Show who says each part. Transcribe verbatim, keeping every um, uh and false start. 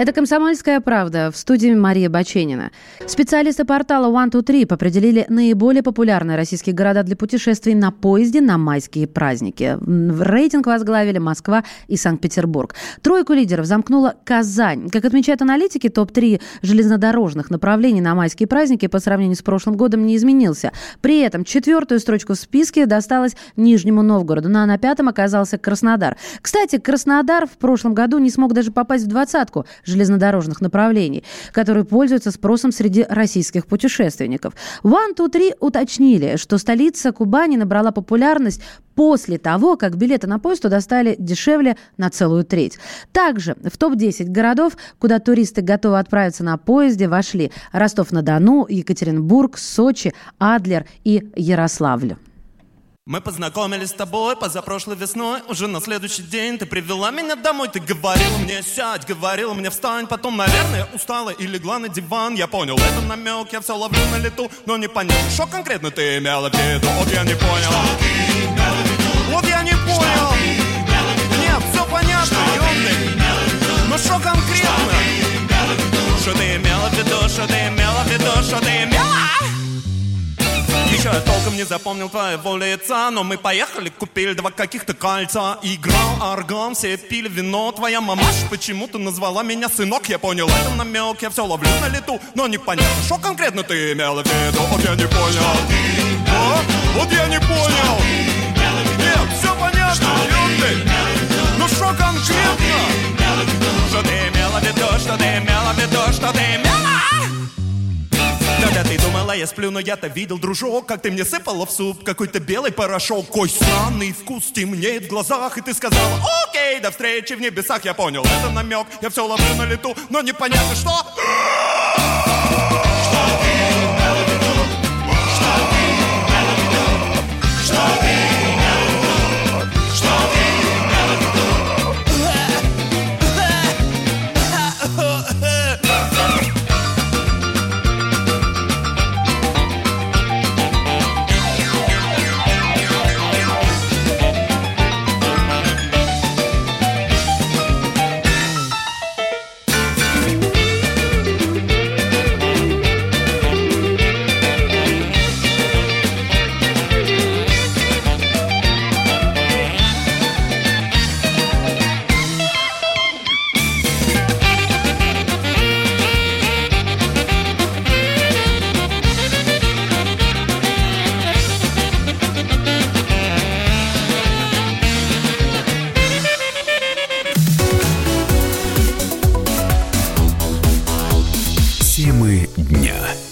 Speaker 1: Это «Комсомольская правда», в студии Мария Баченина. Специалисты портала один два три определили наиболее популярные российские города для путешествий на поезде на майские праздники. Рейтинг возглавили Москва и Санкт-Петербург. Тройку лидеров замкнула Казань. Как отмечают аналитики, топ три железнодорожных направлений на майские праздники по сравнению с прошлым годом не изменился. При этом четвертую строчку в списке досталось Нижнему Новгороду, ну а на пятом оказался Краснодар. Кстати, Краснодар в прошлом году не смог даже попасть в двадцатку железнодорожных направлений, которые пользуются спросом среди российских путешественников. один два три уточнили, что столица Кубани набрала популярность после того, как билеты на поезд туда стали дешевле на целую треть. Также в топ десять городов, куда туристы готовы отправиться на поезде, вошли Ростов-на-Дону, Екатеринбург, Сочи, Адлер и Ярославль.
Speaker 2: Мы познакомились с тобой позапрошлой весной. Уже на следующий день ты привела меня домой. Ты говорила мне сядь, говорила мне встань. Потом, наверное, устала и легла на диван. Я понял, это намек, я все ловлю на лету. Но не понятно, что конкретно ты имела в виду. Вот я не понял. Вот я не понял. Нет, все понятно, ёбный. Но что конкретно? Что ты имела в виду, что ты имела в виду, что ты имела? Еще я толком не запомнил твоего лица, но мы поехали, купили два каких-то кольца. Играл орган, все пили вино. Твоя мамаша почему-то назвала меня сынок. Я понял, это намек, я все ловлю на лету. Но непонятно, что конкретно ты имела в виду. Вот я не понял. А? Вот я не понял. Нет, все понятно, ёпты. Ну что конкретно? Что ты имела в виду, что ты имела в виду, что ты имела? Когда ты думала, я сплю, но я-то видел, дружок, как ты мне сыпала в суп какой-то белый порошок. Кой странный вкус темнеет в глазах, и ты сказала: окей, до встречи в небесах. Я понял, это намек, я все ловлю на лету, но непонятно что.
Speaker 3: Темы дня.